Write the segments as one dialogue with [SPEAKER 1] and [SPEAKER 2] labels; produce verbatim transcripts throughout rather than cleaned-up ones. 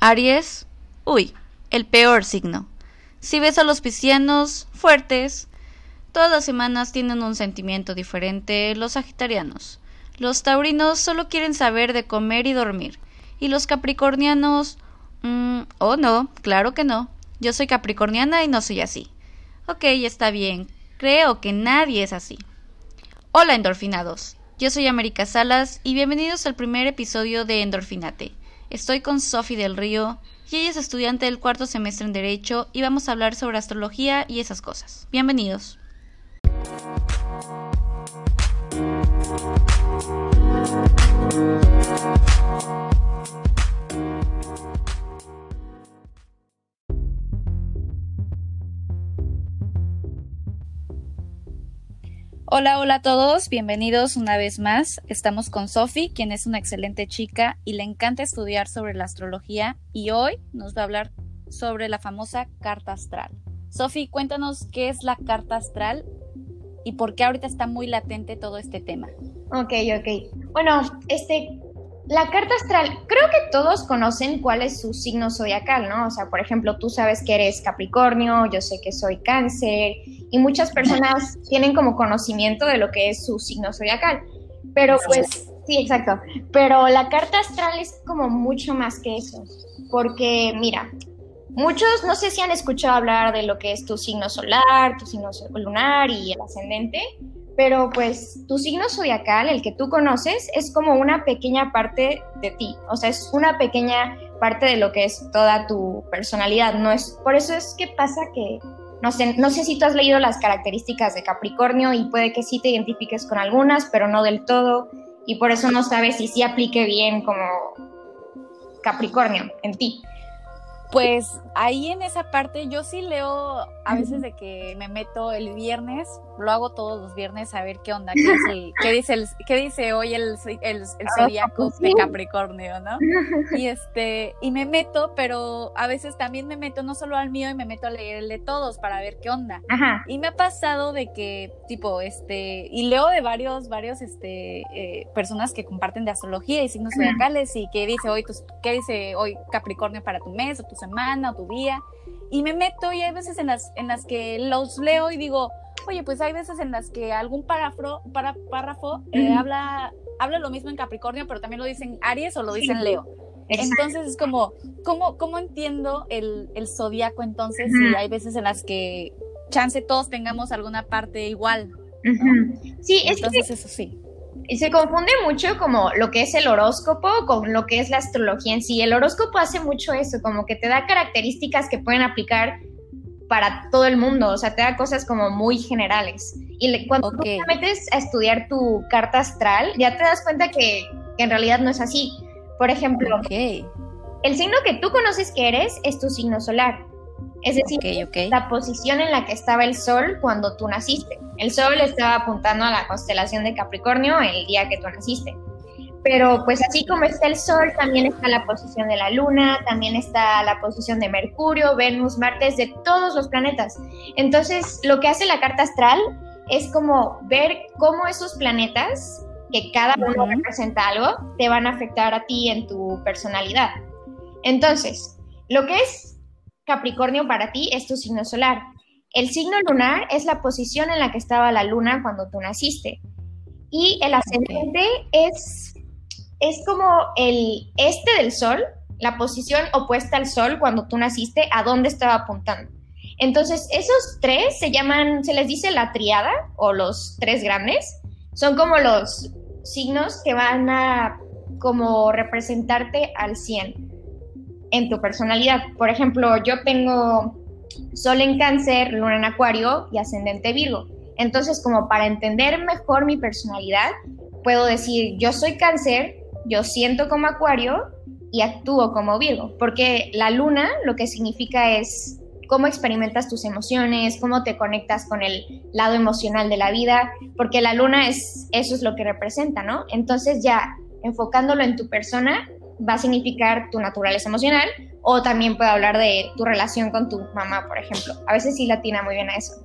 [SPEAKER 1] Aries, uy, el peor signo. Si ves a los piscianos, fuertes, todas las semanas tienen un sentimiento diferente los sagitarianos. Los taurinos solo quieren saber de comer y dormir. Y los capricornianos, mmm, oh no, claro que no. Yo soy capricorniana y no soy así. Ok, está bien, creo que nadie es así. Hola endorfinados, yo soy América Salas y bienvenidos al primer episodio de Endorfinate. Estoy con Sofi del Río y ella es estudiante del cuarto semestre en Derecho y vamos a hablar sobre astrología y esas cosas. Bienvenidos. Hola, hola a todos, bienvenidos una vez más. Estamos con Sofi, quien es una excelente chica y le encanta estudiar sobre la astrología y hoy nos va a hablar sobre la famosa carta astral. Sofi, cuéntanos qué es la carta astral y por qué ahorita está muy latente todo este tema.
[SPEAKER 2] Ok, ok. Bueno, este, la carta astral, creo que todos conocen cuál es su signo zodiacal, ¿no? O sea, por ejemplo, tú sabes que eres Capricornio, yo sé que soy Cáncer, y muchas personas tienen como conocimiento de lo que es su signo zodiacal. Pero pues, sí, exacto. Pero la carta astral es como mucho más que eso, porque mira, muchos no sé si han escuchado hablar de lo que es tu signo solar, tu signo lunar y el ascendente, pero pues tu signo zodiacal, el que tú conoces, es como una pequeña parte de ti, o sea, es una pequeña parte de lo que es toda tu personalidad, no es, por eso es que pasa que, no sé, no sé si tú has leído las características de Capricornio y puede que sí te identifiques con algunas, pero no del todo, y por eso no sabes si sí aplique bien como Capricornio en ti.
[SPEAKER 1] Pues ahí en esa parte yo sí leo a veces de que me meto el viernes, lo hago todos los viernes a ver qué onda, qué dice, el, qué dice, el, qué dice hoy el, el, el zodiaco de Capricornio, ¿no? Y este, y me meto, pero a veces también me meto no solo al mío y me meto a leer el de todos para ver qué onda.
[SPEAKER 2] Ajá.
[SPEAKER 1] Y me ha pasado de que, tipo, este, y leo de varios, varios, este, eh, personas que comparten de astrología y signos zodiacales y qué dice hoy, tus, qué dice hoy Capricornio para tu mes o tu semana o tu día, y me meto y hay veces en las, en las que los leo y digo, oye, pues hay veces en las que algún párrafo, para, párrafo eh, uh-huh. habla, habla lo mismo en Capricornio, pero también lo dicen Aries o lo dicen sí. Leo. Exacto. Entonces es como, ¿cómo, cómo entiendo el, el zodiaco entonces? Uh-huh. Si hay veces en las que chance todos tengamos alguna parte igual, ¿no?
[SPEAKER 2] Uh-huh. Sí, es
[SPEAKER 1] entonces
[SPEAKER 2] que...
[SPEAKER 1] eso sí.
[SPEAKER 2] Y se confunde mucho como lo que es el horóscopo con lo que es la astrología en sí. El horóscopo hace mucho eso, como que te da características que pueden aplicar para todo el mundo, o sea, te da cosas como muy generales. Y cuando okay. tú te metes a estudiar tu carta astral, ya te das cuenta que, que en realidad no es así. Por ejemplo, okay. el signo que tú conoces que eres es tu signo solar. Es decir, okay, okay. la posición en la que estaba el sol cuando tú naciste. El sol estaba apuntando a la constelación de Capricornio el día que tú naciste. Pero pues así como está el sol, también está la posición de la luna, también está la posición de Mercurio, Venus, Marte, de todos los planetas. Entonces, lo que hace la carta astral es como ver cómo esos planetas, que cada uno uh-huh. representa algo, te van a afectar a ti en tu personalidad. Entonces, lo que es Capricornio para ti es tu signo solar. El signo lunar es la posición en la que estaba la luna cuando tú naciste. Y el ascendente okay. es, es como el este del sol, la posición opuesta al sol cuando tú naciste, a dónde estaba apuntando. Entonces, esos tres se llaman, se les dice la tríada, o los tres grandes. Son como los signos que van a como representarte al cien en tu personalidad. Por ejemplo, yo tengo sol en Cáncer, luna en Acuario y ascendente Virgo. Entonces, como para entender mejor mi personalidad, puedo decir, yo soy Cáncer, yo siento como Acuario y actúo como Virgo, porque la luna lo que significa es cómo experimentas tus emociones, cómo te conectas con el lado emocional de la vida, porque la luna es, eso es lo que representa, ¿no? Entonces ya, enfocándolo en tu persona, va a significar tu naturaleza emocional, o también puede hablar de tu relación con tu mamá, por ejemplo. A veces sí le atina muy bien a eso.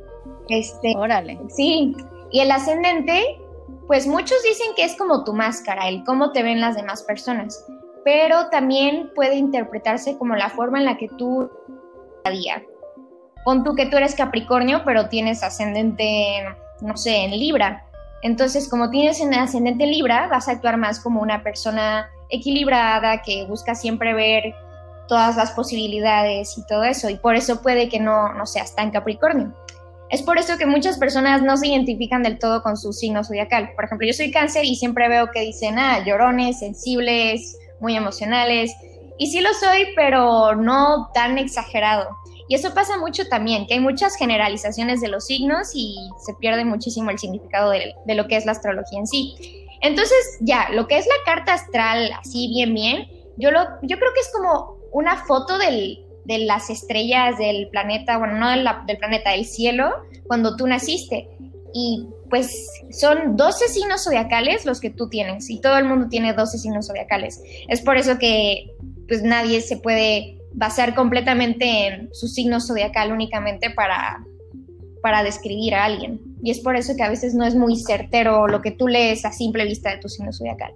[SPEAKER 2] Este,
[SPEAKER 1] Órale.
[SPEAKER 2] Sí, y el ascendente, pues muchos dicen que es como tu máscara, el cómo te ven las demás personas, pero también puede interpretarse como la forma en la que tú día a día. Pon tú que tú eres Capricornio, pero tienes ascendente, no sé, en Libra. Entonces, como tienes un ascendente en Libra, vas a actuar más como una persona equilibrada, que busca siempre ver todas las posibilidades y todo eso, y por eso puede que no, no seas tan Capricornio. Es por eso que muchas personas no se identifican del todo con su signo zodiacal. Por ejemplo, yo soy Cáncer y siempre veo que dicen, ah, llorones, sensibles, muy emocionales, y sí lo soy, pero no tan exagerado. Y eso pasa mucho también, que hay muchas generalizaciones de los signos y se pierde muchísimo el significado de, de lo que es la astrología en sí. Entonces, ya, lo que es la carta astral, así bien, bien, yo, lo, yo creo que es como una foto del, de las estrellas del planeta, bueno, no del, del planeta, del cielo, cuando tú naciste. Y pues son doce signos zodiacales los que tú tienes, y todo el mundo tiene doce signos zodiacales. Es por eso que pues nadie se puede basar completamente en su signo zodiacal únicamente para, para describir a alguien. Y es por eso que a veces no es muy certero lo que tú lees a simple vista de tu signo zodiacal.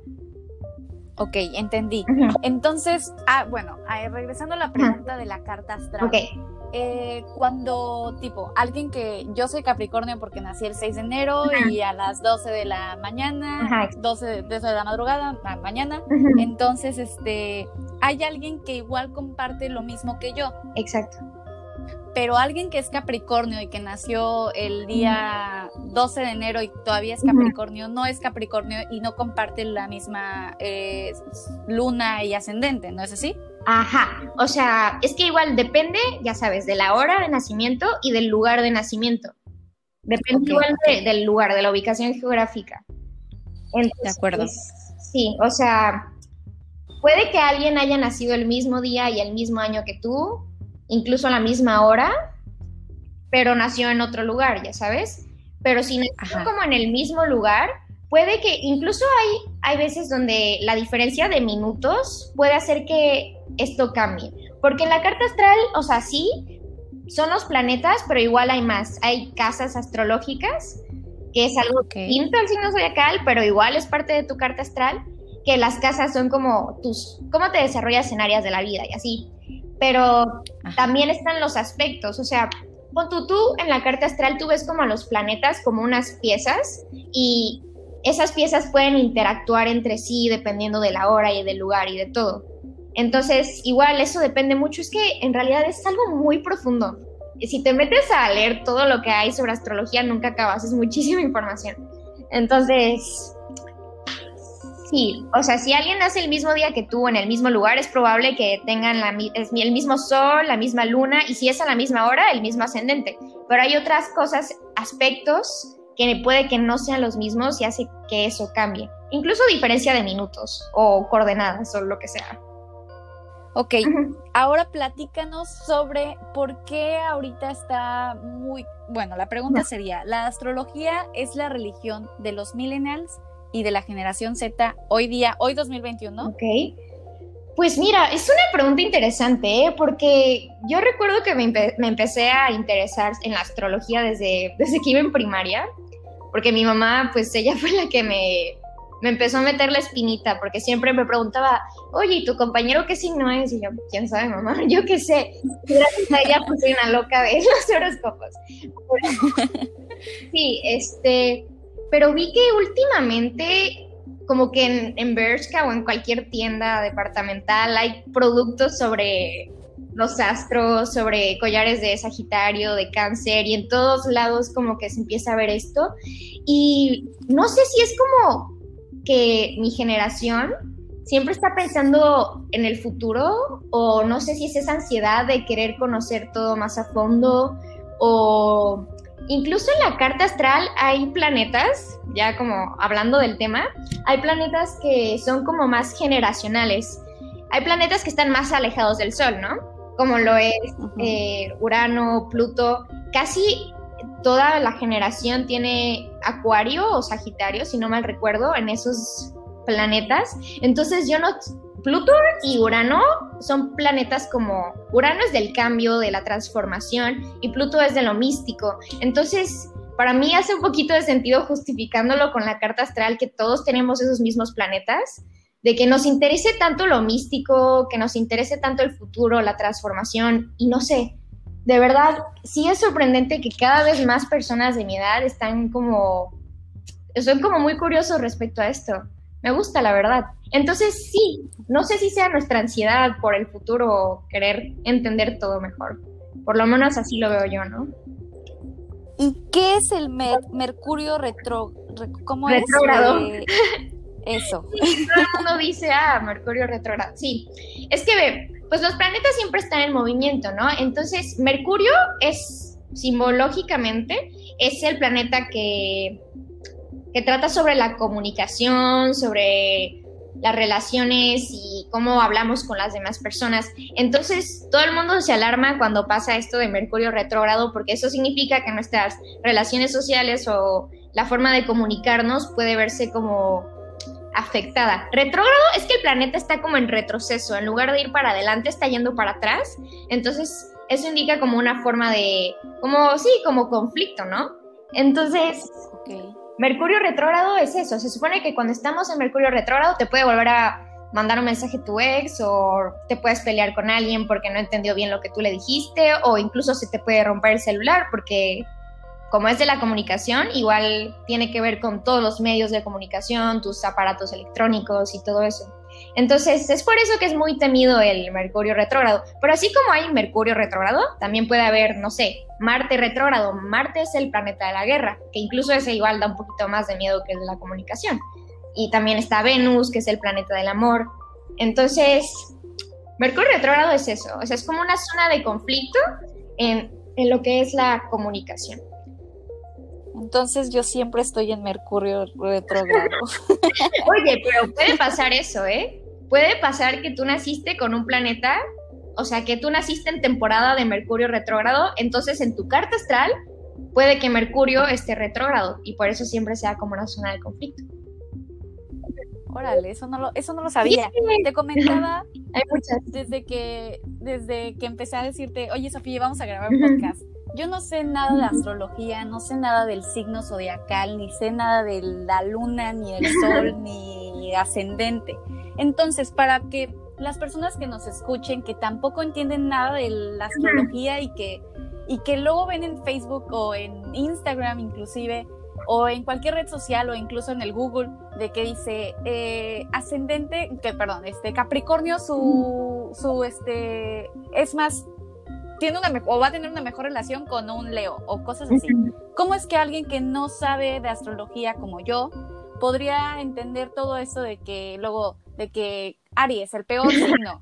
[SPEAKER 3] Ok, entendí.
[SPEAKER 2] Uh-huh.
[SPEAKER 3] Entonces, ah, bueno, ah, regresando a la pregunta uh-huh. de la carta astral.
[SPEAKER 2] Okay.
[SPEAKER 3] Eh, cuando, tipo, alguien que, yo soy Capricornio porque nací el seis de enero uh-huh. y a las doce de la mañana, uh-huh. doce, doce de la madrugada, ah, mañana, uh-huh. entonces, este, hay alguien que igual comparte lo mismo que yo.
[SPEAKER 2] Exacto.
[SPEAKER 3] Pero alguien que es Capricornio y que nació el día doce de enero y todavía es Capricornio, uh-huh. no es Capricornio y no comparte la misma eh, luna y ascendente, ¿no es así?
[SPEAKER 2] Ajá, o sea, es que igual depende, ya sabes, de la hora de nacimiento y del lugar de nacimiento. Depende okay, igual okay. De, del lugar, de la ubicación geográfica. Entonces,
[SPEAKER 3] de acuerdo.
[SPEAKER 2] Sí, o sea, puede que alguien haya nacido el mismo día y el mismo año que tú, incluso a la misma hora, pero nació en otro lugar, ya sabes. Pero si nació Ajá. como en el mismo lugar, puede que incluso hay, hay veces donde la diferencia de minutos puede hacer que esto cambie. Porque en la carta astral, o sea, sí, son los planetas, pero igual hay más. Hay casas astrológicas, que es algo okay. distinto al signo zodiacal, pero igual es parte de tu carta astral, que las casas son como tus, cómo te desarrollas en áreas de la vida y así. Pero Ajá. también están los aspectos, o sea, pon tú, tú en la carta astral tú ves como a los planetas como unas piezas y esas piezas pueden interactuar entre sí dependiendo de la hora y del lugar y de todo. Entonces, igual eso depende mucho, es que en realidad es algo muy profundo. Si te metes a leer todo lo que hay sobre astrología, nunca acabas, es muchísima información. Entonces, sí, o sea, si alguien nace el mismo día que tú en el mismo lugar, es probable que tengan la, el mismo sol, la misma luna, y si es a la misma hora, el mismo ascendente. Pero hay otras cosas, aspectos, que puede que no sean los mismos y hace que eso cambie. Incluso diferencia de minutos o coordenadas o lo que sea.
[SPEAKER 3] Ok, uh-huh. ahora platícanos sobre por qué ahorita está muy... Bueno, la pregunta uh-huh. sería, ¿la astrología es la religión de los millennials y de la generación Z hoy día, hoy dos mil veintiuno?
[SPEAKER 2] Ok, pues mira, es una pregunta interesante, ¿eh? Porque yo recuerdo que me, empe- me empecé a interesar en la astrología desde, desde que iba en primaria, porque mi mamá, pues ella fue la que me... me empezó a meter la espinita, porque siempre me preguntaba, oye, ¿y tu compañero qué signo es? Y yo, ¿quién sabe, mamá? Yo qué sé. Gracias a ella pues soy una loca de los horóscopos. Sí, este, pero vi que últimamente, como que en, en Bershka o en cualquier tienda departamental hay productos sobre los astros, sobre collares de Sagitario, de Cáncer, y en todos lados como que se empieza a ver esto. Y no sé si es como que mi generación siempre está pensando en el futuro, o no sé si es esa ansiedad de querer conocer todo más a fondo, o incluso en la carta astral hay planetas, ya como hablando del tema, hay planetas que son como más generacionales. Hay planetas que están más alejados del Sol, ¿no? Como lo es uh-huh. eh, Urano, Pluto, casi toda la generación tiene Acuario o Sagitario, si no mal recuerdo, en esos planetas. Entonces yo no... Pluto y Urano son planetas como... Urano es del cambio, de la transformación, y Pluto es de lo místico. Entonces, para mí hace un poquito de sentido justificándolo con la carta astral, que todos tenemos esos mismos planetas. de que nos interese tanto lo místico, que nos interese tanto el futuro, la transformación, y no sé, de verdad, sí es sorprendente que cada vez más personas de mi edad están como, son como muy curiosos respecto a esto. Me gusta, la verdad. Entonces, sí, no sé si sea nuestra ansiedad por el futuro o querer entender todo mejor. Por lo menos así lo veo yo, ¿no?
[SPEAKER 3] ¿Y qué es el mer Mercurio retro, re ¿cómo
[SPEAKER 2] retrógrado?
[SPEAKER 3] Es? Eh, eso.
[SPEAKER 2] Sí, todo el mundo dice, ah, Mercurio retrógrado. Sí, es que ve, pues los planetas siempre están en movimiento, ¿no? Entonces, Mercurio es, simbológicamente, es el planeta que, que trata sobre la comunicación, sobre las relaciones y cómo hablamos con las demás personas. Entonces, todo el mundo se alarma cuando pasa esto de Mercurio retrógrado, porque eso significa que nuestras relaciones sociales o la forma de comunicarnos puede verse como afectada. Retrógrado es que el planeta está como en retroceso, en lugar de ir para adelante, está yendo para atrás. Entonces, eso indica como una forma de, como, sí, como conflicto, ¿no? Entonces,
[SPEAKER 3] okay.
[SPEAKER 2] Mercurio retrógrado es eso. Se supone que cuando estamos en Mercurio retrógrado te puede volver a mandar un mensaje a tu ex, o te puedes pelear con alguien porque no entendió bien lo que tú le dijiste, o incluso se te puede romper el celular porque, como es de la comunicación, igual tiene que ver con todos los medios de comunicación, tus aparatos electrónicos y todo eso. Entonces, es por eso que es muy temido el Mercurio retrógrado. Pero así como hay Mercurio retrógrado, también puede haber, no sé, Marte retrógrado. Marte es el planeta de la guerra, que incluso ese igual da un poquito más de miedo que el de la comunicación. Y también está Venus, que es el planeta del amor. Entonces, Mercurio retrógrado es eso. O sea, es como una zona de conflicto en, en lo que es la comunicación.
[SPEAKER 3] Entonces yo siempre estoy en Mercurio retrógrado.
[SPEAKER 2] Oye, pero puede pasar eso, ¿eh? Puede pasar que tú naciste con un planeta, o sea, que tú naciste en temporada de Mercurio retrógrado, entonces en tu carta astral puede que Mercurio esté retrógrado y por eso siempre sea como una zona de conflicto.
[SPEAKER 3] Órale, eso no lo, eso no lo sabía. Sí. Te comentaba
[SPEAKER 2] Hay muchas.
[SPEAKER 3] desde que, desde que empecé a decirte, oye Sofía, vamos a grabar un podcast. Yo no sé nada de astrología, no sé nada del signo zodiacal, ni sé nada de la luna, ni el sol, ni ascendente. Entonces, para que las personas que nos escuchen, que tampoco entienden nada de la astrología y que, y que luego ven en Facebook o en Instagram inclusive, o en cualquier red social o incluso en el Google, de que dice eh, ascendente, que perdón, este Capricornio, su, su este, es más, tiene una o va a tener una mejor relación con un Leo o cosas así. ¿Cómo es que alguien que no sabe de astrología como yo podría entender todo eso de que luego, de que Aries, el peor signo,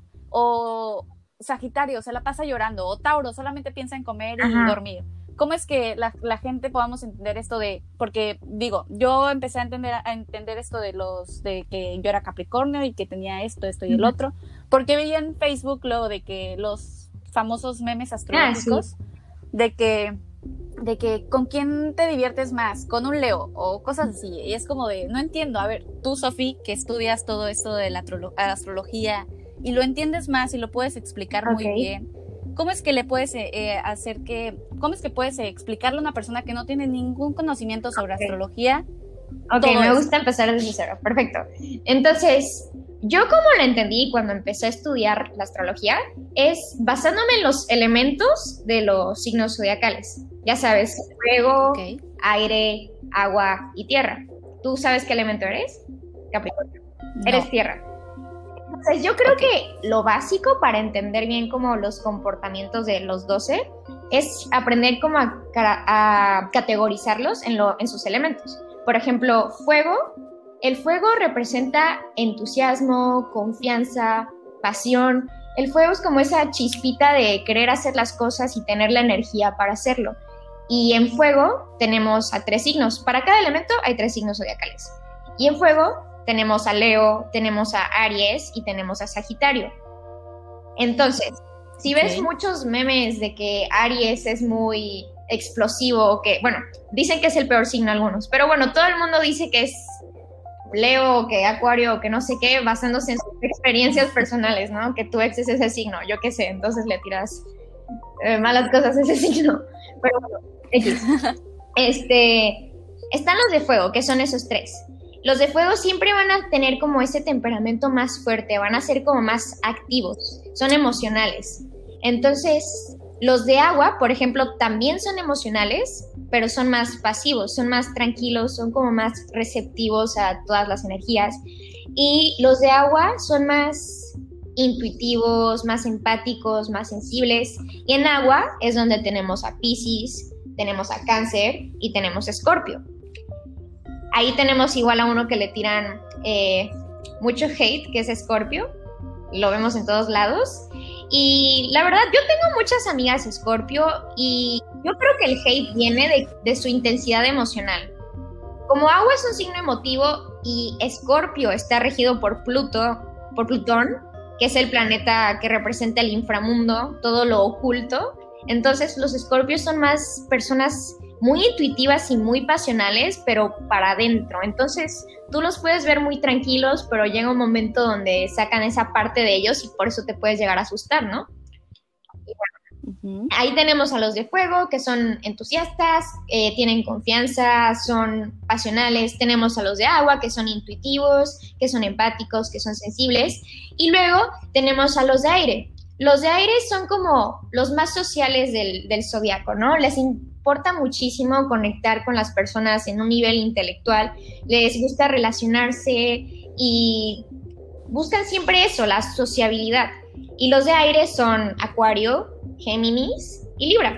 [SPEAKER 3] o Sagitario se la pasa llorando, o Tauro solamente piensa en comer y Ajá. dormir? ¿Cómo es que la, la gente podamos entender esto de, porque digo, yo empecé a entender a entender esto de los, de que yo era Capricornio y que tenía esto, esto y el otro, porque veía en Facebook luego de que los famosos memes astrológicos, ah, sí. de que de que con quién te diviertes más, con un Leo o cosas así, y es como de, no entiendo, a ver, tú Sofi, que estudias todo esto de la astrología y lo entiendes más y lo puedes explicar okay. muy bien, ¿cómo es que le puedes eh, hacer que, cómo es que puedes eh, explicarle a una persona que no tiene ningún conocimiento sobre okay. astrología?
[SPEAKER 2] Ok, me esto? gusta empezar desde cero, perfecto. Entonces, yo como lo entendí cuando empecé a estudiar la astrología, es basándome en los elementos de los signos zodiacales. Ya sabes, fuego, okay. aire, agua y tierra. ¿Tú sabes qué elemento eres? Capricornio. No. Eres tierra. Entonces, yo creo okay. que lo básico para entender bien como los comportamientos de los doce es aprender cómo a, a categorizarlos en, lo, en sus elementos. Por ejemplo, fuego. El fuego representa entusiasmo, confianza, pasión. El fuego es como esa chispita de querer hacer las cosas y tener la energía para hacerlo. Y en fuego tenemos a tres signos. Para cada elemento hay tres signos zodiacales. Y en fuego tenemos a Leo, tenemos a Aries y tenemos a Sagitario. Entonces, si okay. ves muchos memes de que Aries es muy explosivo, que, bueno, dicen que es el peor signo algunos, pero bueno, todo el mundo dice que es Leo, que Acuario, que no sé qué, basándose en sus experiencias personales, ¿no? Que tu ex es ese signo, yo qué sé, entonces le tiras eh, malas cosas a ese signo. Pero bueno, X. Este, están los de fuego, que son esos tres. Los de fuego siempre van a tener como ese temperamento más fuerte, van a ser como más activos, son emocionales. Entonces, los de agua, por ejemplo, también son emocionales, pero son más pasivos, son más tranquilos, son como más receptivos a todas las energías. Y los de agua son más intuitivos, más empáticos, más sensibles. Y en agua es donde tenemos a Piscis, tenemos a Cáncer y tenemos a Escorpio. Ahí tenemos igual a uno que le tiran eh, mucho hate, que es Escorpio. Lo vemos en todos lados. Y la verdad, yo tengo muchas amigas Escorpio y yo creo que el hate viene de, de su intensidad emocional. Como agua es un signo emotivo y Escorpio está regido por Pluto, por Plutón, que es el planeta que representa el inframundo, todo lo oculto. Entonces los Escorpios son más personas muy intuitivas y muy pasionales, pero para adentro. Entonces tú los puedes ver muy tranquilos, pero llega un momento donde sacan esa parte de ellos y por eso te puedes llegar a asustar, ¿no? Y bueno, uh-huh. Ahí tenemos a los de fuego, que son entusiastas, eh, tienen confianza, son pasionales. Tenemos a los de agua, que son intuitivos, que son empáticos, que son sensibles. Y luego tenemos a los de aire. Los de aire son como los más sociales del, del zodiaco, ¿no? Les importa muchísimo conectar con las personas en un nivel intelectual, les gusta relacionarse y buscan siempre eso, la sociabilidad. Y los de aire son Acuario, Géminis y Libra.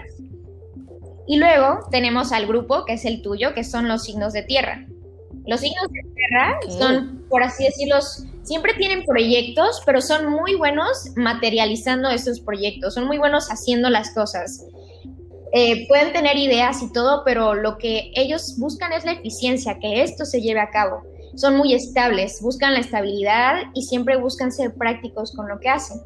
[SPEAKER 2] Y luego tenemos al grupo, que es el tuyo, que son los signos de tierra. Los signos de tierra okay. son, por así decirlo, siempre tienen proyectos, pero son muy buenos materializando esos proyectos, son muy buenos haciendo las cosas. Eh, pueden tener ideas y todo, pero lo que ellos buscan es la eficiencia, que esto se lleve a cabo. Son muy estables, buscan la estabilidad y siempre buscan ser prácticos con lo que hacen.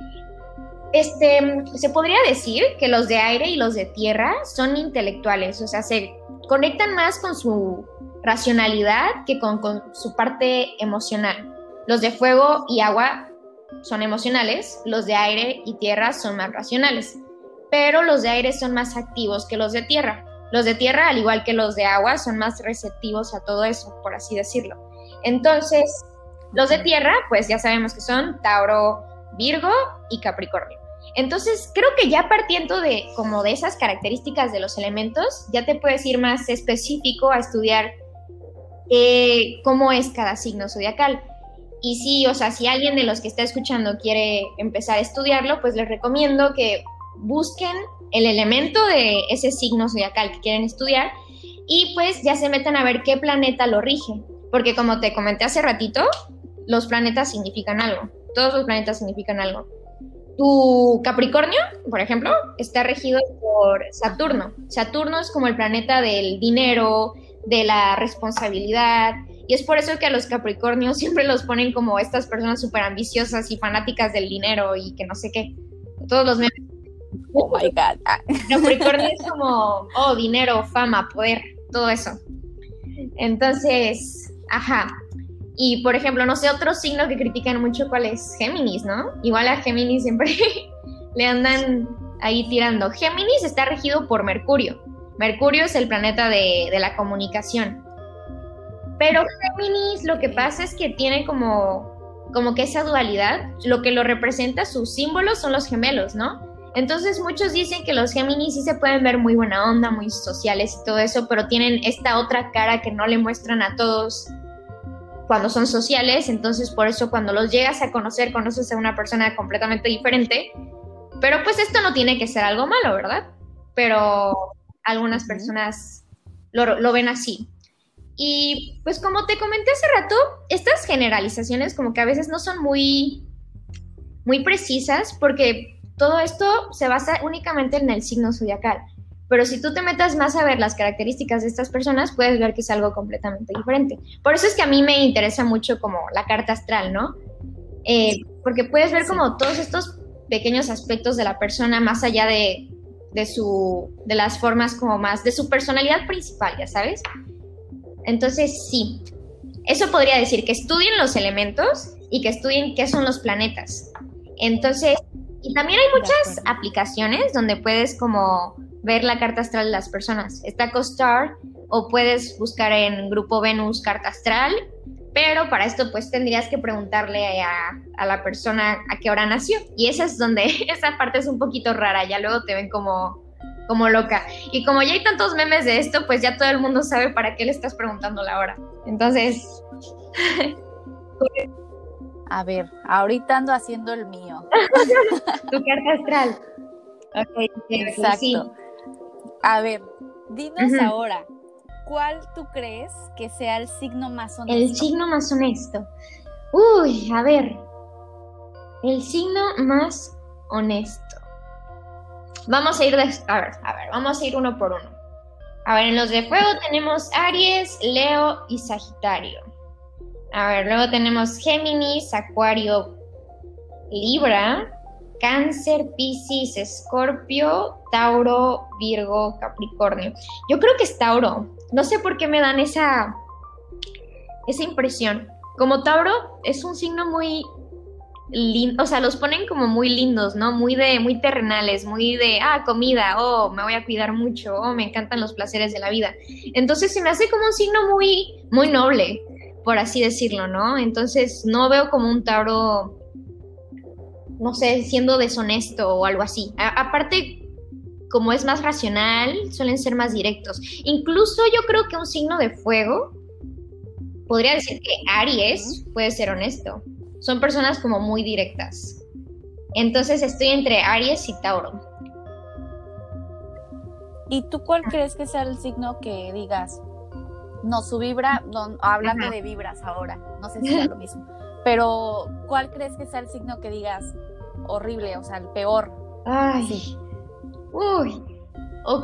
[SPEAKER 2] Este, se podría decir que los de aire y los de tierra son intelectuales, o sea, se conectan más con su racionalidad que con, con su parte emocional. Los de fuego y agua son emocionales, los de aire y tierra son más racionales, pero los de aire son más activos que los de tierra. Los de tierra, al igual que los de agua, son más receptivos a todo eso, por así decirlo. Entonces, los de tierra, pues ya sabemos que son Tauro, Virgo y Capricornio. Entonces, creo que ya partiendo de como de esas características de los elementos, ya te puedes ir más específico a estudiar eh, cómo es cada signo zodiacal. Y sí, o sea, si alguien de los que está escuchando quiere empezar a estudiarlo, pues les recomiendo que busquen el elemento de ese signo zodiacal que quieren estudiar y pues ya se metan a ver qué planeta lo rige. Porque como te comenté hace ratito, los planetas significan algo. Todos los planetas significan algo. Tu Capricornio, por ejemplo, está regido por Saturno. Saturno es como el planeta del dinero, de la responsabilidad, y es por eso que a los Capricornios siempre los ponen como estas personas súper ambiciosas y fanáticas del dinero y que no sé qué. Todos los memes.
[SPEAKER 3] Oh my God.
[SPEAKER 2] Capricornio es como, oh, dinero, fama, poder, todo eso. Entonces, ajá. Y, por ejemplo, no sé, otro signo que critican mucho, ¿cuál es? Géminis, ¿no? Igual a Géminis siempre le andan ahí tirando. Géminis está regido por Mercurio. Mercurio es el planeta de, de la comunicación. Pero Géminis lo que pasa es que tiene como, como que esa dualidad. Lo que lo representa, sus símbolos son los gemelos, ¿no? Entonces muchos dicen que los Géminis sí se pueden ver muy buena onda, muy sociales y todo eso, pero tienen esta otra cara que no le muestran a todos cuando son sociales. Entonces por eso cuando los llegas a conocer, conoces a una persona completamente diferente. Pero pues esto no tiene que ser algo malo, ¿verdad? Pero algunas personas lo, lo ven así. Y pues como te comenté hace rato, estas generalizaciones como que a veces no son muy, muy precisas porque todo esto se basa únicamente en el signo zodiacal. Pero si tú te metas más a ver las características de estas personas, puedes ver que es algo completamente diferente. Por eso es que a mí me interesa mucho como la carta astral, ¿no? Eh, porque puedes ver como todos estos pequeños aspectos de la persona más allá de, de, su, de las formas como más, de su personalidad principal, ¿ya sabes? Entonces, sí, eso podría decir que estudien los elementos y que estudien qué son los planetas. Entonces, y también hay muchas aplicaciones donde puedes como ver la carta astral de las personas. Está CoStar, o puedes buscar en Grupo Venus Carta Astral, pero para esto pues tendrías que preguntarle a, a la persona a qué hora nació, y esa es donde, esa parte es un poquito rara, ya luego te ven como, como loca, y como ya hay tantos memes de esto, pues ya todo el mundo sabe para qué le estás preguntando la hora, entonces...
[SPEAKER 3] A ver, ahorita ando haciendo el mío.
[SPEAKER 2] Tu carta astral. Okay,
[SPEAKER 3] exacto.
[SPEAKER 2] Sí.
[SPEAKER 3] A ver, dinos
[SPEAKER 2] uh-huh.
[SPEAKER 3] ahora, ¿cuál tú crees que sea el signo más honesto?
[SPEAKER 2] El signo más honesto. Uy, a ver. El signo más honesto. Vamos a ir de, a ver, a ver, vamos a ir uno por uno. A ver, en los de fuego tenemos Aries, Leo y Sagitario. A ver, luego tenemos Géminis, Acuario, Libra, Cáncer, Piscis, Escorpio, Tauro, Virgo, Capricornio. Yo creo que es Tauro. No sé por qué me dan esa, esa impresión. Como Tauro es un signo muy lindo, o sea, los ponen como muy lindos, ¿no? Muy de, muy terrenales, muy de, ah, comida, oh, me voy a cuidar mucho, oh, me encantan los placeres de la vida. Entonces se me hace como un signo muy, muy noble, por así decirlo, ¿no? Entonces no veo como un Tauro, no sé, siendo deshonesto o algo así. A- aparte, como es más racional, suelen ser más directos. Incluso yo creo que un signo de fuego, podría decir que Aries puede ser honesto. Son personas como muy directas. Entonces estoy entre Aries y Tauro.
[SPEAKER 3] ¿Y tú cuál crees que sea el signo que digas? No, su vibra, no, hablando
[SPEAKER 2] Ajá.
[SPEAKER 3] de vibras ahora, no sé si sea lo mismo, pero ¿cuál crees que sea el signo que digas horrible, o sea, el peor?
[SPEAKER 2] Ay,
[SPEAKER 3] Sí.
[SPEAKER 2] Uy, ok.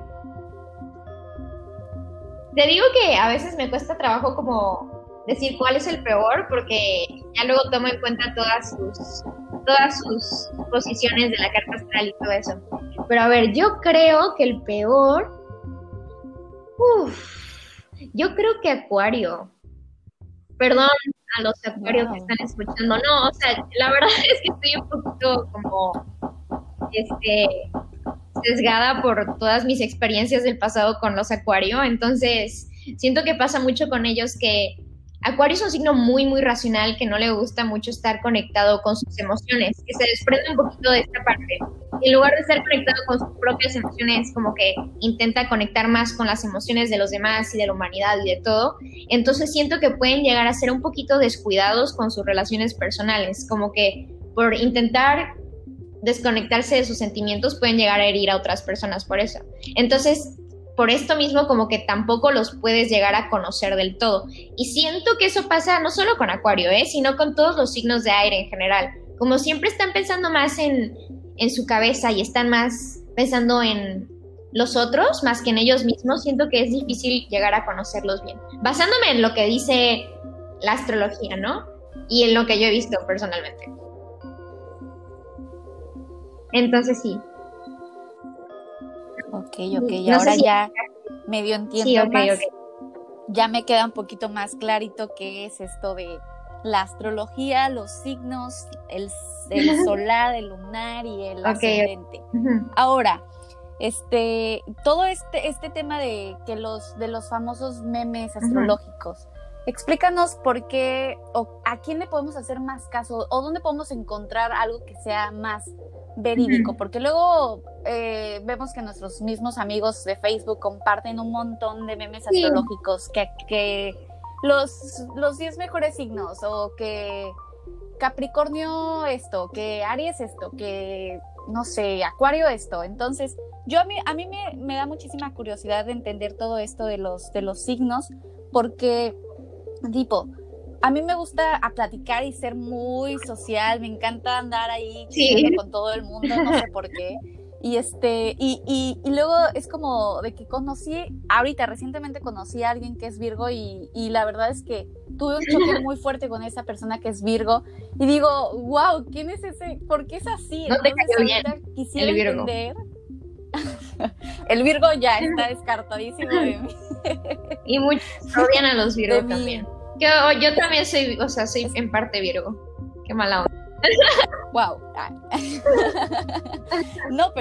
[SPEAKER 2] Te digo que a veces me cuesta trabajo como decir cuál es el peor, porque ya luego tomo en cuenta todas sus, todas sus posiciones de la carta astral y todo eso. Pero a ver, yo creo que el peor... Uf, yo creo que Acuario. Perdón a los acuarios
[SPEAKER 3] Wow.
[SPEAKER 2] que están escuchando. No, o sea, la verdad es que estoy un poquito como este sesgada por todas mis experiencias del pasado con los Acuario. Entonces, siento que pasa mucho con ellos que Acuario es un signo muy, muy racional, que no le gusta mucho estar conectado con sus emociones, que se desprende un poquito de esta parte. Y en lugar de estar conectado con sus propias emociones, como que intenta conectar más con las emociones de los demás y de la humanidad y de todo. Entonces siento que pueden llegar a ser un poquito descuidados con sus relaciones personales, como que por intentar desconectarse de sus sentimientos pueden llegar a herir a otras personas por eso. Entonces, por esto mismo como que tampoco los puedes llegar a conocer del todo. Y siento que eso pasa no solo con Acuario, ¿eh? sino con todos los signos de aire en general. Como siempre están pensando más en, en su cabeza y están más pensando en los otros más que en ellos mismos, siento que es difícil llegar a conocerlos bien. Basándome en lo que dice la astrología, ¿no? Y en lo que yo he visto personalmente. Entonces sí.
[SPEAKER 3] Ok, ok, y
[SPEAKER 2] No
[SPEAKER 3] ahora
[SPEAKER 2] sé si...
[SPEAKER 3] ya medio entiendo
[SPEAKER 2] Sí, ok,
[SPEAKER 3] más.
[SPEAKER 2] ok.
[SPEAKER 3] Ya me queda un poquito más clarito qué es esto de la astrología, los signos, el, el solar, el lunar y el
[SPEAKER 2] Okay.
[SPEAKER 3] ascendente.
[SPEAKER 2] Uh-huh.
[SPEAKER 3] Ahora, este, todo este, este tema de que los, de los famosos memes astrológicos, uh-huh. explícanos por qué, o a quién le podemos hacer más caso, o dónde podemos encontrar algo que sea más verídico, uh-huh. porque luego eh, vemos que nuestros mismos amigos de Facebook comparten un montón de memes sí. astrológicos que, que los, los diez mejores signos, o que Capricornio esto, que Aries esto, que no sé, Acuario esto. Entonces, yo a mí, a mí me, me da muchísima curiosidad de entender todo esto de los, de los signos, porque tipo, a mí me gusta a platicar y ser muy social, me encanta andar ahí
[SPEAKER 2] sí.
[SPEAKER 3] con todo el mundo, no sé por qué. Y este, y, y, y luego es como de que conocí, ahorita recientemente conocí a alguien que es Virgo, y, y la verdad es que tuve un choque muy fuerte con esa persona que es Virgo, y digo, wow, ¿quién es ese? ¿Por qué es así?
[SPEAKER 2] No te
[SPEAKER 3] Entonces
[SPEAKER 2] cayó
[SPEAKER 3] ahorita
[SPEAKER 2] bien
[SPEAKER 3] quisiera
[SPEAKER 2] el Virgo.
[SPEAKER 3] entender. El Virgo ya está descartadísimo de mí.
[SPEAKER 2] Y muchos odian a los Virgo
[SPEAKER 3] De
[SPEAKER 2] también. Yo, yo también soy, o sea, soy en parte Virgo. Qué mala onda.
[SPEAKER 3] Wow. No, pero,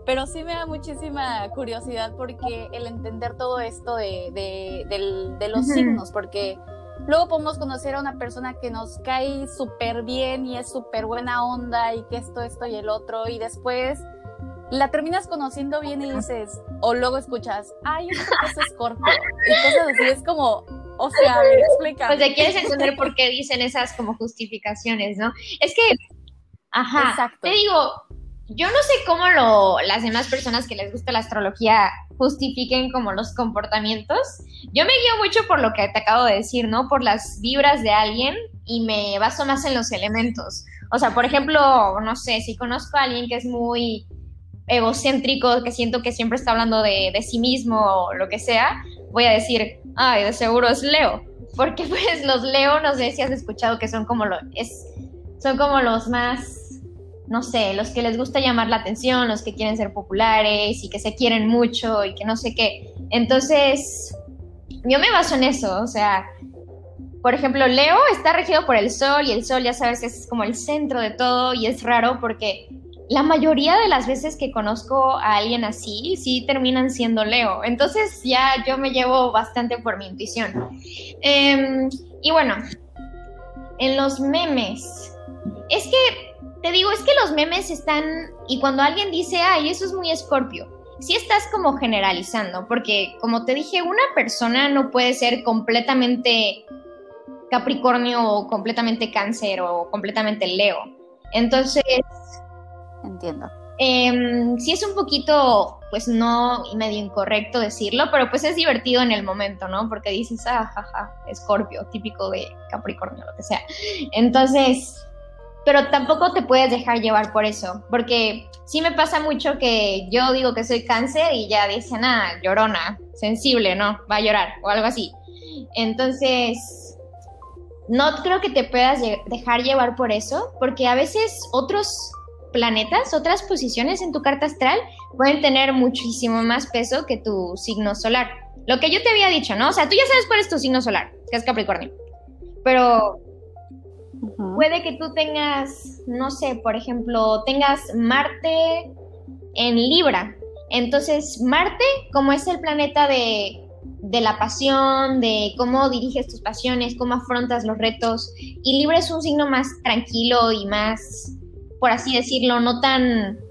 [SPEAKER 3] pero sí me da muchísima curiosidad porque el entender todo esto de, de, de, de los uh-huh. signos, porque luego podemos conocer a una persona que nos cae súper bien y es súper buena onda y que esto, esto y el otro, y después la terminas conociendo bien y dices, o luego escuchas, ay, yo creo que es Escorpio, y cosas así, es como, o sea, a ver, explícame.
[SPEAKER 2] Pues ya quieres entender por qué dicen esas como justificaciones, ¿no? Es que, ajá, Exacto. te digo, yo no sé cómo lo, las demás personas que les gusta la astrología justifiquen como los comportamientos. Yo me guío mucho por lo que te acabo de decir, ¿no? Por las vibras de alguien y me baso más en los elementos. O sea, por ejemplo, no sé, si conozco a alguien que es muy egocéntrico, que siento que siempre está hablando de, de sí mismo o lo que sea, voy a decir, ay, de seguro es Leo, porque pues los Leo, no sé si has escuchado que son como, lo, es, son como los más, no sé, los que les gusta llamar la atención, los que quieren ser populares y que se quieren mucho y que no sé qué. Entonces, yo me baso en eso, o sea, por ejemplo, Leo está regido por el Sol y el Sol, ya sabes, es como el centro de todo y es raro porque la mayoría de las veces que conozco a alguien así, sí terminan siendo Leo. Entonces ya yo me llevo bastante por mi intuición. Eh, y bueno, en los memes, es que, te digo, es que los memes están, y cuando alguien dice, ay, eso es muy Escorpio, sí estás como generalizando, porque como te dije, una persona no puede ser completamente Capricornio o completamente Cáncer o completamente Leo. Entonces...
[SPEAKER 3] Entiendo.
[SPEAKER 2] Eh, sí es un poquito, pues no, medio incorrecto decirlo, pero pues es divertido en el momento, ¿no? Porque dices, ah, jaja, Escorpio, típico de Capricornio, lo que sea. Entonces, pero tampoco te puedes dejar llevar por eso, porque sí me pasa mucho que yo digo que soy Cáncer y ya dicen, ah, llorona, sensible, ¿no? Va a llorar, o algo así. Entonces, no creo que te puedas dejar llevar por eso, porque a veces otros planetas, otras posiciones en tu carta astral pueden tener muchísimo más peso que tu signo solar. Lo que yo te había dicho, ¿no? O sea, tú ya sabes cuál es tu signo solar, que es Capricornio. Pero uh-huh. puede que tú tengas, no sé, por ejemplo, tengas Marte en Libra. Entonces, Marte, como es el planeta de, de la pasión, de cómo diriges tus pasiones, cómo afrontas los retos, y Libra es un signo más tranquilo y más, por así decirlo, no tan,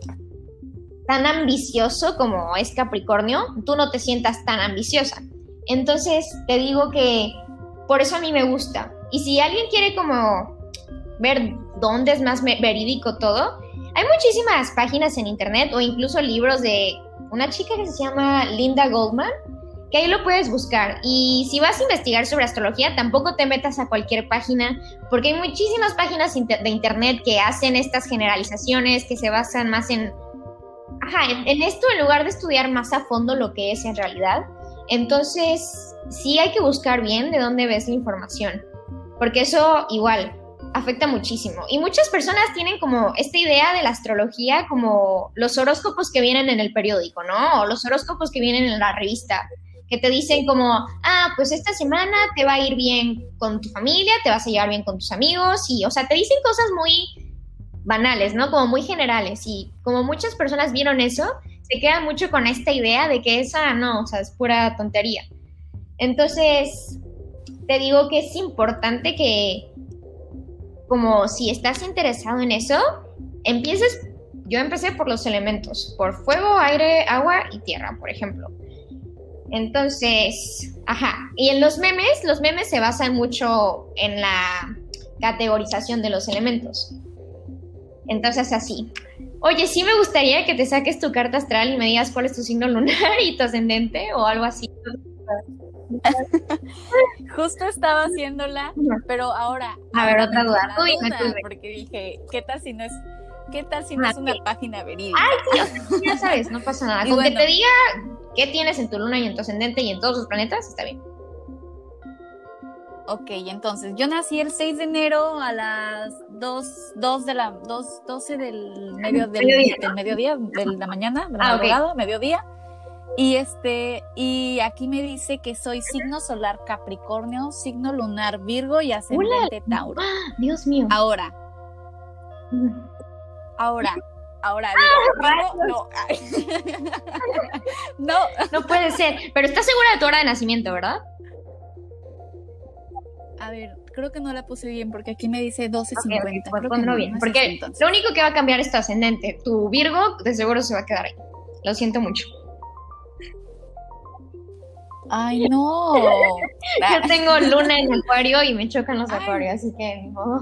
[SPEAKER 2] tan ambicioso como es Capricornio, tú no te sientas tan ambiciosa. Entonces, te digo que por eso a mí me gusta. Y si alguien quiere como ver dónde es más verídico todo, hay muchísimas páginas en internet o incluso libros de una chica que se llama Linda Goldman, que ahí lo puedes buscar. Y si vas a investigar sobre astrología, tampoco te metas a cualquier página, porque hay muchísimas páginas de internet que hacen estas generalizaciones, que se basan más en, ajá, en, en esto en lugar de estudiar más a fondo lo que es en realidad. Entonces, sí hay que buscar bien de dónde ves la información, porque eso igual afecta muchísimo. Y muchas personas tienen como esta idea de la astrología como los horóscopos que vienen en el periódico, ¿no? O los horóscopos que vienen en la revista, que te dicen como, ah, pues esta semana te va a ir bien con tu familia, te vas a llevar bien con tus amigos, y, o sea, te dicen cosas muy banales, ¿no? Como muy generales, y como muchas personas vieron eso, se quedan mucho con esta idea de que esa, no, o sea, es pura tontería. Entonces, te digo que es importante que, como si estás interesado en eso, empieces, yo empecé por los elementos, por fuego, aire, agua y tierra, por ejemplo. Entonces, ajá, y en los memes, los memes se basan mucho en la categorización de los elementos. Entonces, así. Oye, sí me gustaría que te saques tu carta astral y me digas cuál es tu signo lunar y tu ascendente o algo así.
[SPEAKER 3] Justo estaba haciéndola, pero ahora...
[SPEAKER 2] A ver, otra duda. Uy,
[SPEAKER 3] duda porque dije, ¿qué tal si no es, qué tal si no ah, es una
[SPEAKER 2] ¿qué?
[SPEAKER 3] página verídica?
[SPEAKER 2] Ay, sí, ya sabes, no pasa nada. Con bueno, que te diga qué tienes en tu luna y en tu ascendente y en todos los planetas, está bien.
[SPEAKER 3] Ok, entonces, yo nací el seis de enero a las dos de la, dos, doce del, medio, del, mediodía, del mediodía, de la mañana, de la ah, madrugada, okay. mediodía. Y este, y aquí me dice que soy signo solar Capricornio, signo lunar Virgo y ascendente Tauro.
[SPEAKER 2] Dios mío.
[SPEAKER 3] Ahora, ahora, Ahora Virgo,
[SPEAKER 2] ¡Ah,
[SPEAKER 3] Virgo, no. no.
[SPEAKER 2] No puede ser. Pero estás segura de tu hora de nacimiento, ¿verdad?
[SPEAKER 3] A ver, creo que no la puse bien porque aquí me dice doce cincuenta.
[SPEAKER 2] Okay, okay, pues bien. No porque así, lo único que va a cambiar es tu ascendente. Tu Virgo de seguro se va a quedar ahí. Lo siento mucho.
[SPEAKER 3] Ay, no.
[SPEAKER 2] Yo tengo luna en Acuario y me chocan los Acuarios, así que ni modo.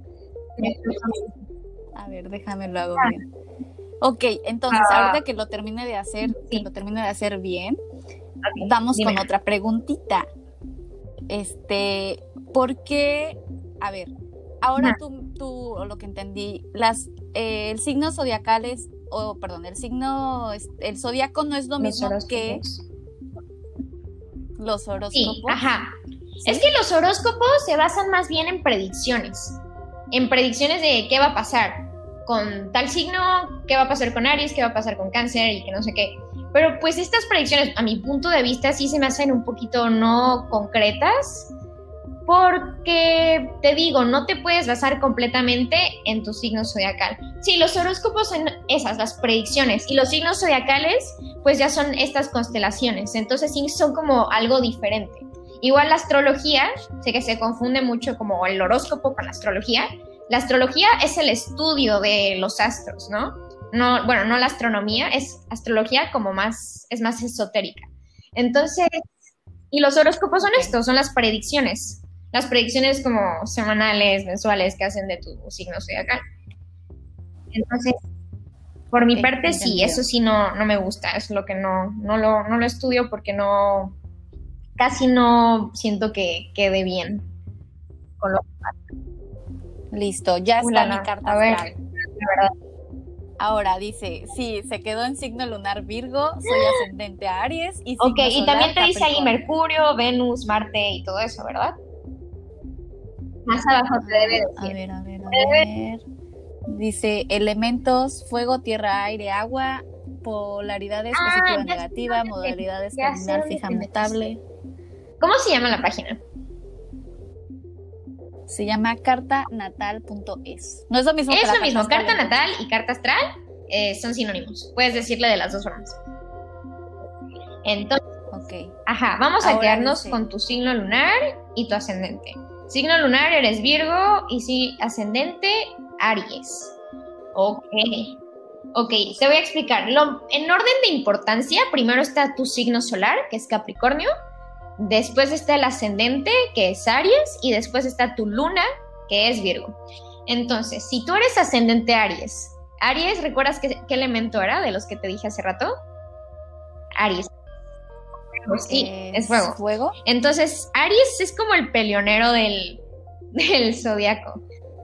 [SPEAKER 3] A ver, déjame lo hago bien. Ok, entonces ah. ahorita que lo termine de hacer, sí. que lo termine de hacer bien, okay, vamos dime. Con otra preguntita. Este, ¿por qué? A ver, ahora no. tú, tú, o lo que entendí, las, eh, el signo zodiacal es, o oh, perdón, el signo, el zodiaco no es lo mismo que los horóscopos.
[SPEAKER 2] Sí, ajá. ¿Sí? Es que los horóscopos se basan más bien en predicciones, en predicciones de qué va a pasar con tal signo, qué va a pasar con Aries, qué va a pasar con Cáncer y que no sé qué. Pero pues estas predicciones, a mi punto de vista, sí se me hacen un poquito no concretas, porque, te digo, no te puedes basar completamente en tu signo zodiacal. Sí, los horóscopos son esas, las predicciones, y los signos zodiacales, pues ya son estas constelaciones, entonces sí son como algo diferente. Igual la astrología, sé que se confunde mucho como el horóscopo con la astrología. La astrología es el estudio de los astros, ¿no? No, bueno, no la astronomía, es astrología como más, es más esotérica. Entonces, y los horóscopos son estos, son las predicciones. Las predicciones como semanales, mensuales que hacen de tu signo zodiacal. Entonces, por mi parte, sí, eso sí no, no me gusta, es lo que no, no lo, no lo estudio porque no, casi no siento que quede bien con lo que pasa.
[SPEAKER 3] Listo, ya está Ulana, mi carta
[SPEAKER 2] a ver,
[SPEAKER 3] astral.
[SPEAKER 2] De verdad.
[SPEAKER 3] Ahora dice, sí, se quedó en signo lunar Virgo, soy ascendente a Aries y signo
[SPEAKER 2] Ok, y
[SPEAKER 3] solar,
[SPEAKER 2] también te
[SPEAKER 3] Capricornio.
[SPEAKER 2] dice ahí Mercurio, Venus, Marte y todo eso, ¿verdad? Más abajo te debe decir.
[SPEAKER 3] A ver, a ver, a ver. Dice elementos, fuego, tierra, aire, agua, polaridades,
[SPEAKER 2] ah,
[SPEAKER 3] positiva, negativa, modalidades cardinal, fija, mutable.
[SPEAKER 2] ¿Cómo se llama la página?
[SPEAKER 3] Se llama carta natal punto es. No es lo mismo
[SPEAKER 2] es
[SPEAKER 3] que la
[SPEAKER 2] lo mismo,
[SPEAKER 3] carta
[SPEAKER 2] carta natal y carta astral eh, son sinónimos. Puedes decirle de las dos formas. Entonces,
[SPEAKER 3] okay.
[SPEAKER 2] Ajá, vamos a
[SPEAKER 3] Ahora
[SPEAKER 2] quedarnos
[SPEAKER 3] dice,
[SPEAKER 2] con tu signo lunar y tu ascendente. Signo lunar eres Virgo y sí, ascendente Aries. Ok. Ok, te voy a explicar. Lo, en orden de importancia, primero está tu signo solar, que es Capricornio. Después está el ascendente, que es Aries, y después está tu luna, que es Virgo. Entonces, si tú eres ascendente Aries, Aries, ¿recuerdas qué, qué elemento era de los que te dije hace rato? Aries. Pues sí, es, es fuego.
[SPEAKER 3] fuego.
[SPEAKER 2] Entonces, Aries es como el peleonero del, del zodiaco.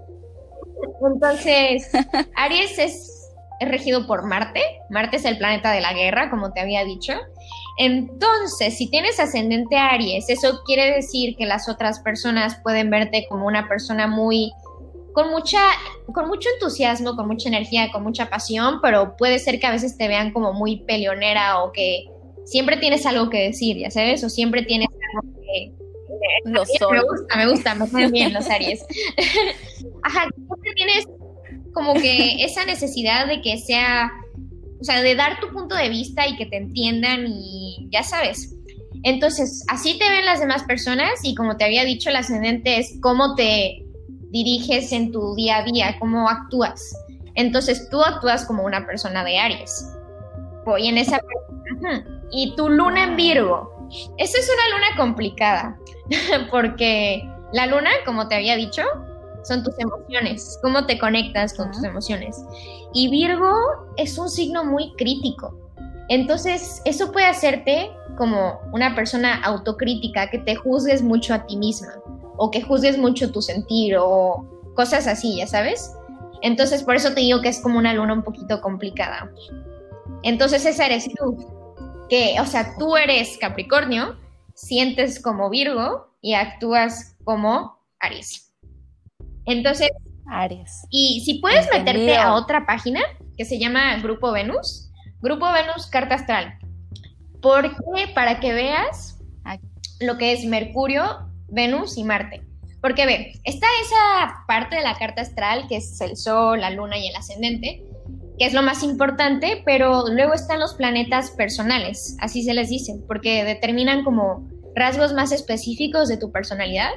[SPEAKER 2] Entonces, Aries es, es regido por Marte. Marte es el planeta de la guerra, como te había dicho. Entonces, si tienes ascendente Aries, eso quiere decir que las otras personas pueden verte como una persona muy, con mucha, con mucho entusiasmo, con mucha energía, con mucha pasión, pero puede ser que a veces te vean como muy peleonera o que siempre tienes algo que decir, ya sabes, o siempre tienes algo que...
[SPEAKER 3] Lo
[SPEAKER 2] soy. Me gusta, me gusta, me caen bien los Aries. Ajá, siempre tienes como que esa necesidad de que sea... O sea, de dar tu punto de vista y que te entiendan y ya sabes. Entonces, así te ven las demás personas y como te había dicho, el ascendente es cómo te diriges en tu día a día, cómo actúas. Entonces, tú actúas como una persona de Aries. Voy en esa... Uh-huh. Y tu luna en Virgo. Esa es una luna complicada porque la luna, como te había dicho, son tus emociones, cómo te conectas con uh-huh. tus emociones. Y Virgo es un signo muy crítico. Entonces, eso puede hacerte como una persona autocrítica, que te juzgues mucho a ti misma, o que juzgues mucho tu sentir, o cosas así, ¿ya sabes? Entonces, por eso te digo que es como una luna un poquito complicada. Entonces, esa eres tú. Que, o sea, tú eres Capricornio, sientes como Virgo y actúas como Aries. Entonces,
[SPEAKER 3] Aries.
[SPEAKER 2] Y si puedes
[SPEAKER 3] Entendido.
[SPEAKER 2] meterte a otra página que se llama Grupo Venus, Grupo Venus Carta Astral, porque para que veas lo que es Mercurio, Venus y Marte. Porque ve, está esa parte de la carta astral que es el Sol, la Luna y el ascendente, que es lo más importante, pero luego están los planetas personales, así se les dice, porque determinan como rasgos más específicos de tu personalidad.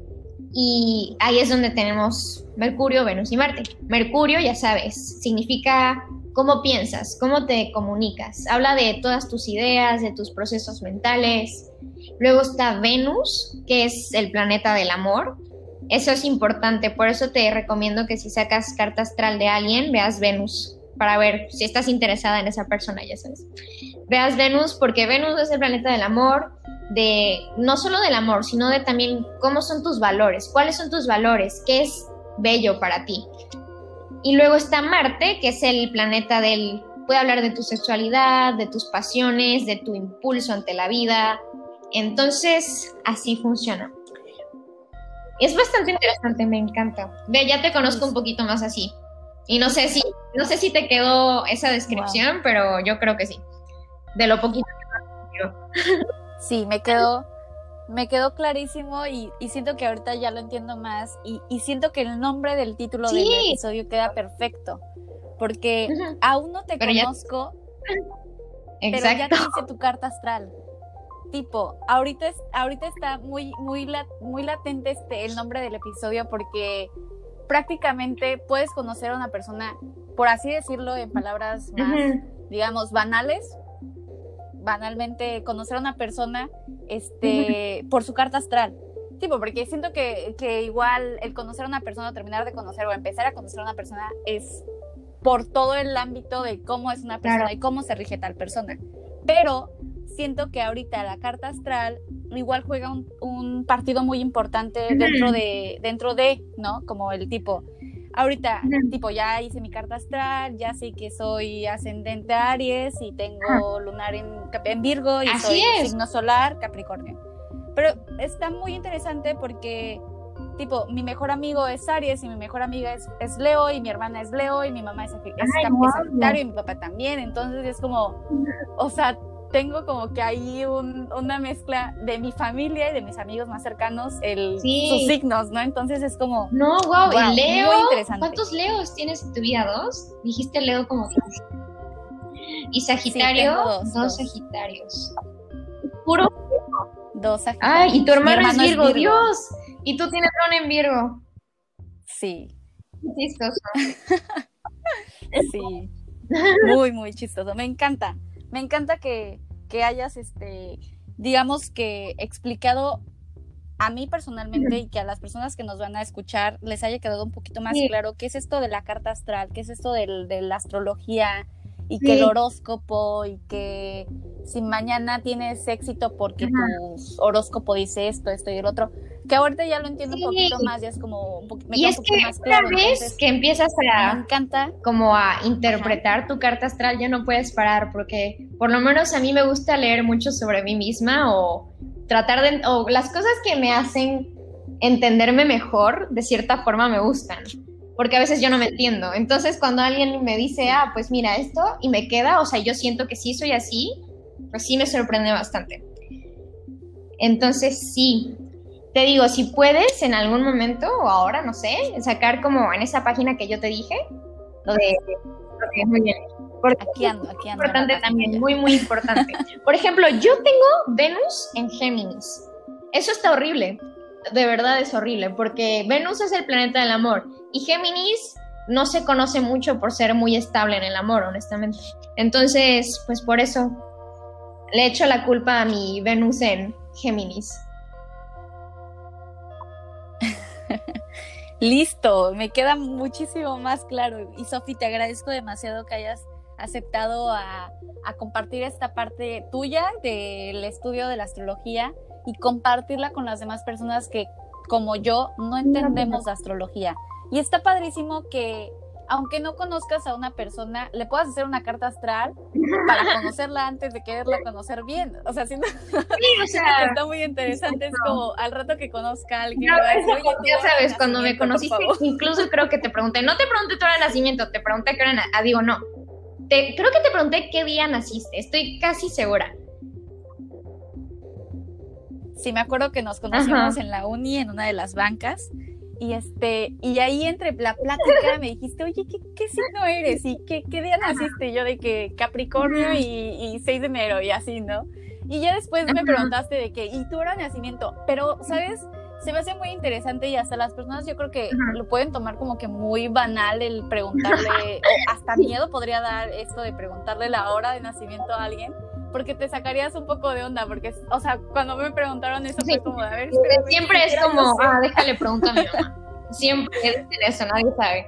[SPEAKER 2] Y ahí es donde tenemos Mercurio, Venus y Marte. Mercurio, ya sabes, significa cómo piensas, cómo te comunicas. Habla de todas tus ideas, de tus procesos mentales. Luego está Venus, que es el planeta del amor. Eso es importante, por eso te recomiendo que si sacas carta astral de alguien, veas Venus, para ver si estás interesada en esa persona, ya sabes. Veas Venus, porque Venus es el planeta del amor, de no solo del amor, sino de también cómo son tus valores, cuáles son tus valores, qué es bello para ti. Y luego está Marte, que es el planeta del, puede hablar de tu sexualidad, de tus pasiones, de tu impulso ante la vida. Entonces, así funciona. Es bastante interesante, me encanta. Ve, ya te conozco un poquito más así. Y no sé si, no sé si te quedó esa descripción, wow. Pero yo creo que sí. De lo poquito que me quedó.
[SPEAKER 3] Sí, me quedó, me quedó clarísimo y, y siento que ahorita ya lo entiendo más y, y siento que el nombre del título sí. del episodio queda perfecto, porque uh-huh. aún no te pero conozco, ya... pero ya te hice tu carta astral. Tipo, ahorita es, ahorita está muy, muy, la, muy latente este el nombre del episodio porque prácticamente puedes conocer a una persona, por así decirlo, en palabras más, uh-huh. digamos, banales. banalmente conocer a una persona este por su carta astral, tipo, porque siento que, que igual el conocer a una persona, terminar de conocer o empezar a conocer a una persona es por todo el ámbito de cómo es una persona, claro. y cómo se rige tal persona, pero siento que ahorita la carta astral igual juega un, un partido muy importante dentro de, dentro de, ¿no? Como el tipo, ahorita, uh-huh. tipo, ya hice mi carta astral, ya sé que soy ascendente Aries y tengo uh-huh. lunar en, en Virgo y Así soy es. signo solar Capricornio. Pero está muy interesante porque, tipo, mi mejor amigo es Aries y mi mejor amiga es, es Leo y mi hermana es Leo y mi mamá es, es, Ay, es wow. Sagitario y mi papá también. Entonces es como, o sea, tengo como que ahí un, una mezcla de mi familia y de mis amigos más cercanos, el, sí. sus signos, ¿no? Entonces es como...
[SPEAKER 2] No, wow, wow, ¿y Leo? Muy interesante. ¿Cuántos Leos tienes en tu vida? ¿Dos? Dijiste Leo como dos. ¿Y Sagitario? Sí, dos, dos, dos Sagitarios. Puro
[SPEAKER 3] Dos Sagitarios.
[SPEAKER 2] Ay, y tu hermano, hermano es, Virgo, es Virgo, Dios. Y tú tienes Luna en Virgo.
[SPEAKER 3] Sí.
[SPEAKER 2] Chistoso.
[SPEAKER 3] Sí. Muy, muy chistoso. Me encanta. Me encanta que, que hayas, este, digamos que explicado a mí personalmente y que a las personas que nos van a escuchar les haya quedado un poquito más sí. claro qué es esto de la carta astral, qué es esto del, de la astrología y sí. que el horóscopo y que si mañana tienes éxito porque Ajá. tu horóscopo dice esto, esto y el otro, que ahorita ya lo entiendo sí. un poquito más, ya es como un poquito, me
[SPEAKER 2] y
[SPEAKER 3] queda
[SPEAKER 2] es
[SPEAKER 3] un poquito
[SPEAKER 2] que
[SPEAKER 3] más claro.
[SPEAKER 2] Una vez entonces, que empiezas a
[SPEAKER 3] me encanta
[SPEAKER 2] como a interpretar Ajá. tu carta astral ya no puedes parar, porque por lo menos a mí me gusta leer mucho sobre mí misma o tratar de, o las cosas que me hacen entenderme mejor de cierta forma me gustan, porque a veces yo no me entiendo, entonces cuando alguien me dice, ah, pues mira esto y me queda, o sea, yo siento que sí soy así, pues sí me sorprende bastante. Entonces sí, te digo, si puedes en algún momento o ahora, no sé, sacar como en esa página que yo te dije, lo de, lo de muy bien. Porque
[SPEAKER 3] aquí ando, aquí ando.
[SPEAKER 2] Es importante también, ya. muy, muy importante. Por ejemplo, yo tengo Venus en Géminis. Eso está horrible, de verdad es horrible, porque Venus es el planeta del amor y Géminis no se conoce mucho por ser muy estable en el amor, honestamente. Entonces, pues por eso le echo la culpa a mi Venus en Géminis.
[SPEAKER 3] Listo, me queda muchísimo más claro. Y Sofi, te agradezco demasiado que hayas aceptado a, a compartir esta parte tuya del estudio de la astrología y compartirla con las demás personas que, como yo, no entendemos la astrología. Y está padrísimo que, aunque no conozcas a una persona, le puedas hacer una carta astral para conocerla antes de quererla conocer bien. O sea, siento, sí, o sea, está muy interesante. Es como al rato que conozca a alguien.
[SPEAKER 2] No,
[SPEAKER 3] va a decir, oye,
[SPEAKER 2] tú ya sabes, cuando me conociste, incluso creo que te pregunté, no te pregunté tu hora de nacimiento, te pregunté qué hora na- ah, digo, no. Te, creo que te pregunté qué día naciste, estoy casi segura.
[SPEAKER 3] Sí, me acuerdo que nos conocimos Ajá. en la uni, en una de las bancas. Y este, y ahí entre la plática me dijiste, oye, ¿qué, qué signo eres? ¿Y qué, qué día naciste? Y yo de que Capricornio y, y seis de enero y así, ¿no? Y ya después me preguntaste de que, ¿y tu hora de nacimiento? Pero, ¿sabes? Se me hace muy interesante y hasta las personas yo creo que lo pueden tomar como que muy banal el preguntarle, o hasta miedo podría dar esto de preguntarle la hora de nacimiento a alguien, porque te sacarías un poco de onda, porque, o sea, cuando me preguntaron eso sí, fue como, a ver, espérame,
[SPEAKER 2] siempre es como, ah, déjale preguntar a mi mamá. Siempre es eso, nadie sabe.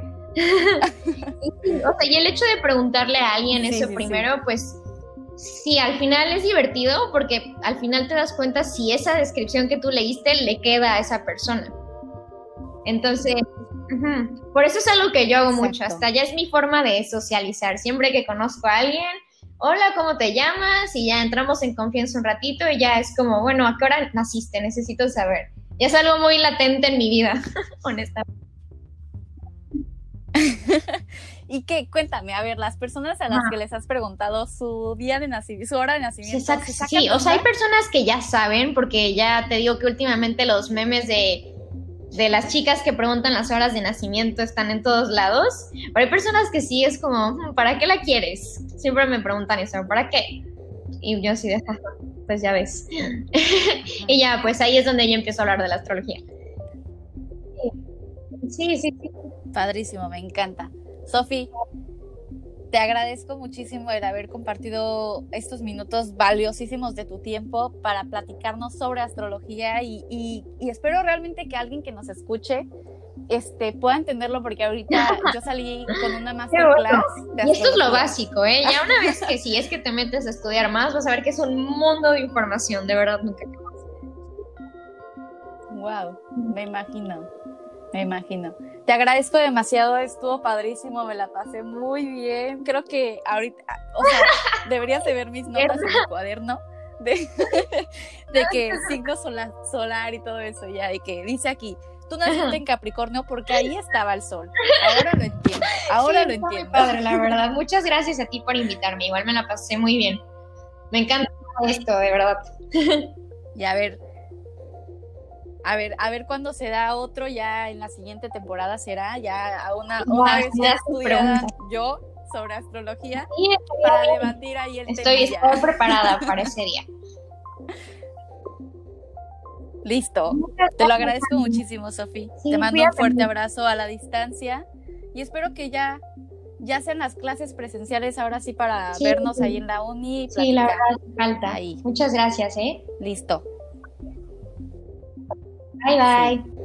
[SPEAKER 2] O sea, y el hecho de preguntarle a alguien sí, eso sí, primero, sí. pues, sí, al final es divertido, porque al final te das cuenta si esa descripción que tú leíste le queda a esa persona. Entonces, uh-huh. por eso es algo que yo hago Exacto. mucho, hasta ya es mi forma de socializar. Siempre que conozco a alguien, hola, ¿cómo te llamas? Y ya entramos en confianza un ratito y ya es como, bueno, ¿a qué hora naciste? Necesito saber. Ya es algo muy latente en mi vida, honestamente.
[SPEAKER 3] ¿Y qué? Cuéntame, a ver, las personas a las ah. que les has preguntado su día de nacimiento, su hora de nacimiento.
[SPEAKER 2] Exacto, sí, o sea, hay personas que ya saben, porque ya te digo que últimamente los memes de, de las chicas que preguntan las horas de nacimiento están en todos lados, pero hay personas que sí es como, ¿para qué la quieres? Siempre me preguntan eso, ¿para qué? Y yo sí de pues ya ves. Y ya, pues ahí es donde yo empiezo a hablar de la astrología. Sí, sí, sí.
[SPEAKER 3] Padrísimo, me encanta. Sofi, te agradezco muchísimo el haber compartido estos minutos valiosísimos de tu tiempo para platicarnos sobre astrología y, y, y espero realmente que alguien que nos escuche este, pueda entenderlo, porque ahorita yo salí con una masterclass de
[SPEAKER 2] y esto es lo básico, ¿eh? Ya una vez que si es que te metes a estudiar más, vas a ver que es un mundo de información, de verdad, nunca te vas.
[SPEAKER 3] Wow, me imagino. Me imagino. Te agradezco demasiado, estuvo padrísimo, me la pasé muy bien. Creo que ahorita, o sea, deberías de ver mis notas en mi cuaderno de, de que signo solar, solar y todo eso, ya, de que dice aquí, tú naciste en Capricornio porque ahí estaba el sol. Ahora lo entiendo, ahora sí, lo entiendo.
[SPEAKER 2] Padre, la verdad. Muchas gracias a ti por invitarme, igual me la pasé muy bien. Me encanta esto, de verdad.
[SPEAKER 3] Y a ver... A ver, a ver cuándo se da otro, ya en la siguiente temporada será, ya a una, wow, una vez ya estudiada yo sobre astrología, sí, para bien. Debatir ahí el
[SPEAKER 2] estoy,
[SPEAKER 3] tema.
[SPEAKER 2] Estoy preparada para ese día.
[SPEAKER 3] Listo, te lo agradezco muchísimo, Sofi. Sí, te mando un fuerte abrazo a la distancia y espero que ya, ya sean las clases presenciales ahora sí para sí, vernos sí. ahí en la uni. Y
[SPEAKER 2] sí, la verdad, falta. Ahí. Muchas gracias, ¿eh?
[SPEAKER 3] Listo.
[SPEAKER 2] Bye, bye. Sí.